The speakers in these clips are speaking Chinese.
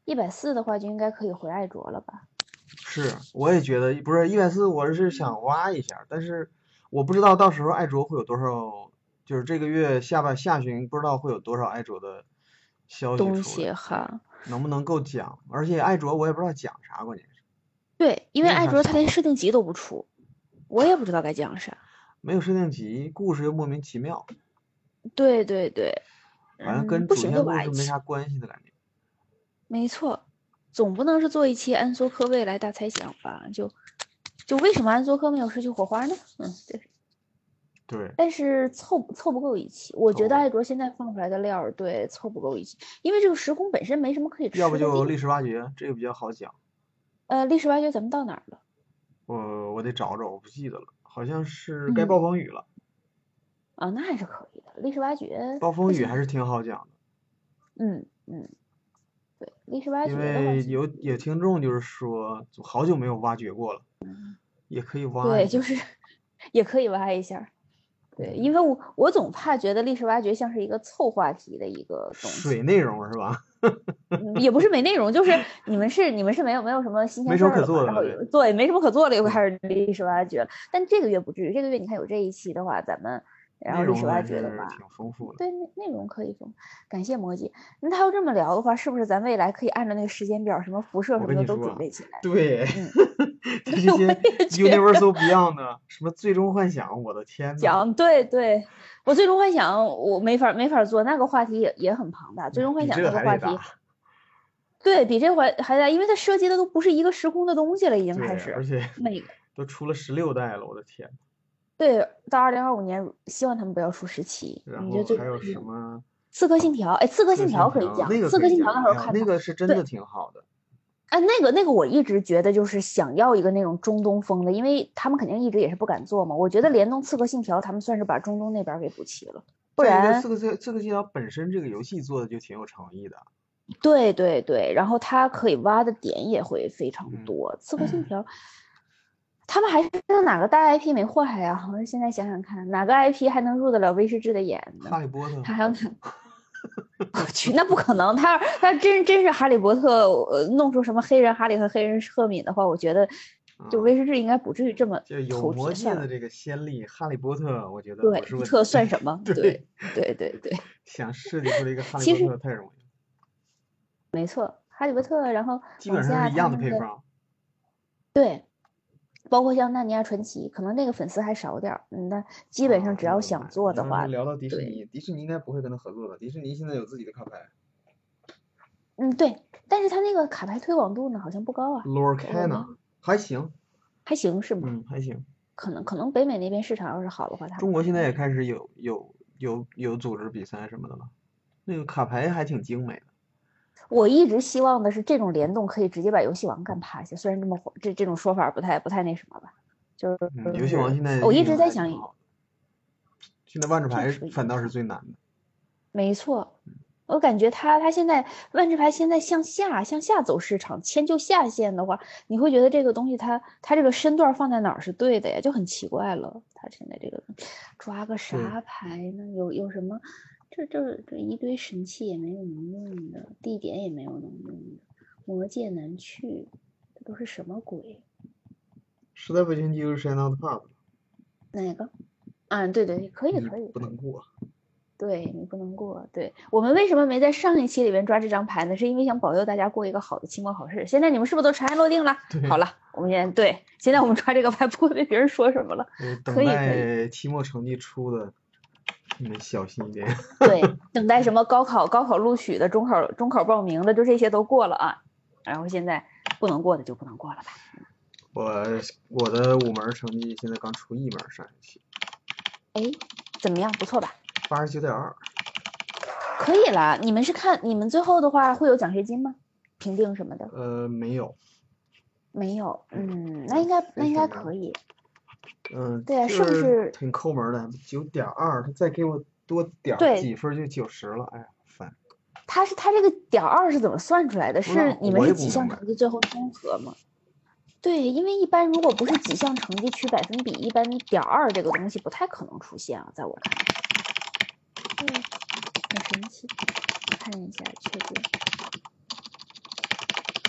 140的话就应该可以回爱卓了吧？ 是，我也觉得不是140，我是想挖一下，但是我不知道到时候爱卓会有多少，就是这个月下旬不知道会有多少爱卓的消息东出来， 西哈， 能不能够讲？而且爱卓我也不知道讲啥，关键是对，因为没有爱卓它连啥想法， 设定集都不出，我也不知道该讲啥。 没有设定集，故事又莫名其妙， 对对对， 好像跟不行就主线故挖一期， 事没啥关系的感觉。 没错，总不能是做一期安索科未来大猜想吧？就为什么安索科没有失去火花呢？对。 对， 但是凑不够一期，我觉得凑不够， 爱卓现在放出来的料对凑不够一期，因为这个时空本身没什么可以要不吃的地方。 就历史挖掘，这个比较好讲。 历史挖掘咱们到哪儿了？ 我得找找，我不记得了，好像是该嗯， 暴风雨了。 啊，那还是可以的。历史挖掘暴不行， 风雨还是挺好讲的， 嗯，对，历史挖因掘的话， 为有听众就是说好久没有挖掘过了，也可以挖对， 一下。 就是也可以挖一下。对， 嗯， 因为我总怕觉得历史挖掘像是一个凑话题的一个东西， 水内容是吧？ 也不是没内容，就是你们是没有什么新没什么鲜事儿了嘛， 可做的了， 然后对对没什么可做了，又对， 开始历史挖掘了。但这个月不至于，这个月你看有这一期的话，咱们然后历史挖内容还掘的话， 是挺丰富的。 对内容可以说，感谢魔戒。那他要这么聊的话，是不是咱未来可以按照那个时间表，什么辐射我什么的都跟你说啊， 准备起来？ 对， 嗯， 他这些我也觉得 Universal Beyond 什么最终幻想，我的天呐， 讲对对，我最终幻想我没法做那个话题也很庞大，最终幻比这想那个还得大。 个话题。对比这还大，因为它涉及的都不是一个时空的东西了，已经开对， 始。 而且每个都出了16代了，我的天。 对，到2025年，希望他们不要出17。 然你觉得最后还有什终幻想？ 么刺客信条，哎，刺客刺客信信条， 条可以讲， 那个刺客信条可以讲，哎呦， 那时候看的， 那个是真的对， 挺好的。 哎，那个我一直觉得就是想要一个那种中东风的，因为他们肯定一直也是不敢做嘛。我觉得联动刺客信条，他们算是把中东那边给补齐了，不再一个， 然刺客信条本身这个游戏做的就挺有诚意的。 对对对，然后它可以挖的点也会非常嗯， 多。刺客信条，他们还是哪个大 IP 没祸害呀？我现在想想看，哪个 IP 还能入得了威士忌的眼呢？ 哈利波特， 他还要看，我去，那不可能。他真是哈利波特，弄出什么黑人哈利和黑人赫敏的话，我觉得就啊， 威士忌应该不至于这么就有头铁。算了， 魔戒的这个先例，哈利波特我觉得不对，这是问题。 算什么？ 对， 对对对对， 想设计出来一个哈利波其实特太容易了， 没错，哈利波特，然后基往下本上是一样的他们的配方。 对。包括像《纳尼亚传奇》，可能那个粉丝还少点儿，那基本上啊， 只要想那么你做的话， 要是聊到迪士对， 尼，迪士尼应该不会跟他合作的，迪士尼现在有自己的卡牌对，但是他那个卡牌推广度呢，好像不高啊，我没 ，Lorcana 还行， 还行是吗？ 还行。 可能北美那边市场要是好的话，他们中国现在也可能开始有组织比赛什么的了，那个卡牌还挺精美的。 我一直希望的是这种联动可以直接把游戏王干趴下，虽然这么这种说法不太那什么吧，就游戏王是现在我一运营的直在想， 还挺好的，现在万智牌这个是个反倒是最难的。 没错，我感觉他现在万智牌现在向下走市场，迁就下线的话，你会觉得这个东西它这个身段放在哪儿是对的呀，就很奇怪了。他现在这个抓个对， 啥牌呢？有什么？这一堆神器也没有能用的，地点也没有能用的，魔界难去，这都是什么鬼？ 时代不前就是 Shine Out Path， 哪个？对，可以你可以可以。 不能过。 对你不能过，对我们为什么没在上一期里面抓这张牌呢？是因为想保佑大家过一个好的期末考试。现在你们是不是都尘埃落定了？好对， 了，我们现在我们抓这个牌不会被别人说什么了。 等可以， 待期末成绩出的，你们小心一点。 对，等待什么高考录取的，中考报名的，就这些都过了啊。然后现在不能过的就不能过了吧。 我的5门成绩现在刚出1门，上一期哎，怎么样？不错吧？ 89.2。 可以了。你们最后的话会有奖学金吗？评定什么的？ 没有。 没有。那应该可以。对啊， 就是不是？ 挺抠门的，9.2，他再给我多点几对， 分就90了，哎呀，烦。 他这个点2是怎么算出来的？ 不知道， 是你们我是几项也不明白。 成绩最后综合吗？对，因为一般如果不是几项成绩取百分比，一般你点2这个东西不太可能出现啊，在我看来。很神奇，看一下确定。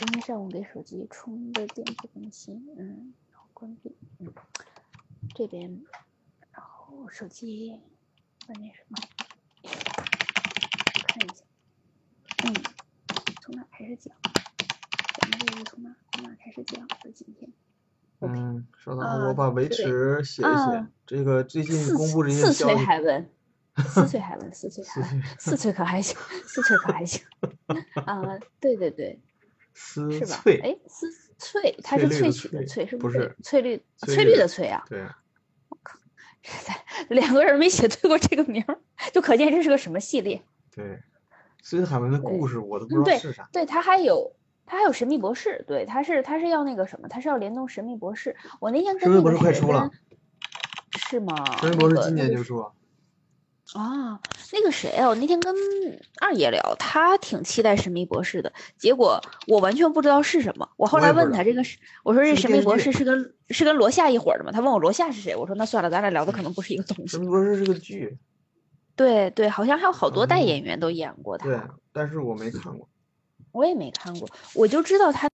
今天上午给手机充的电不更新，然后关闭，这边，然后手机外面什么，看一下，从哪开始讲？咱们这个从哪开始讲的今天？ 稍等，我把维持写一写。这个最近公布这些四消息。 岁还问，四岁可还行，四岁可还行。对，是吧？哎，思翠，它是萃取的萃，是不是？翠绿的翠啊。 对。 我靠，实在2个人没写对过这个名，就可见这是个什么系列。 对，思翠海文的故事我都不知道是啥。 对，它还有神秘博士，对，他是要那个什么，他是要联动神秘博士。我那天跟神秘博士快出了， 是吗？ 神秘博士今年就出。 啊，那个谁啊，我那天跟二爷聊，他挺期待神秘博士的，结果我完全不知道是什么。我后来问他这个是，我说这神秘博士是跟罗夏一伙的吗？他问我罗夏是谁，我说那算了，咱俩聊的可能不是一个东西。 神秘博士是个剧。 对，好像还有好多代演员都演过他。 对，但是我没看过。 我也没看过，我就知道他。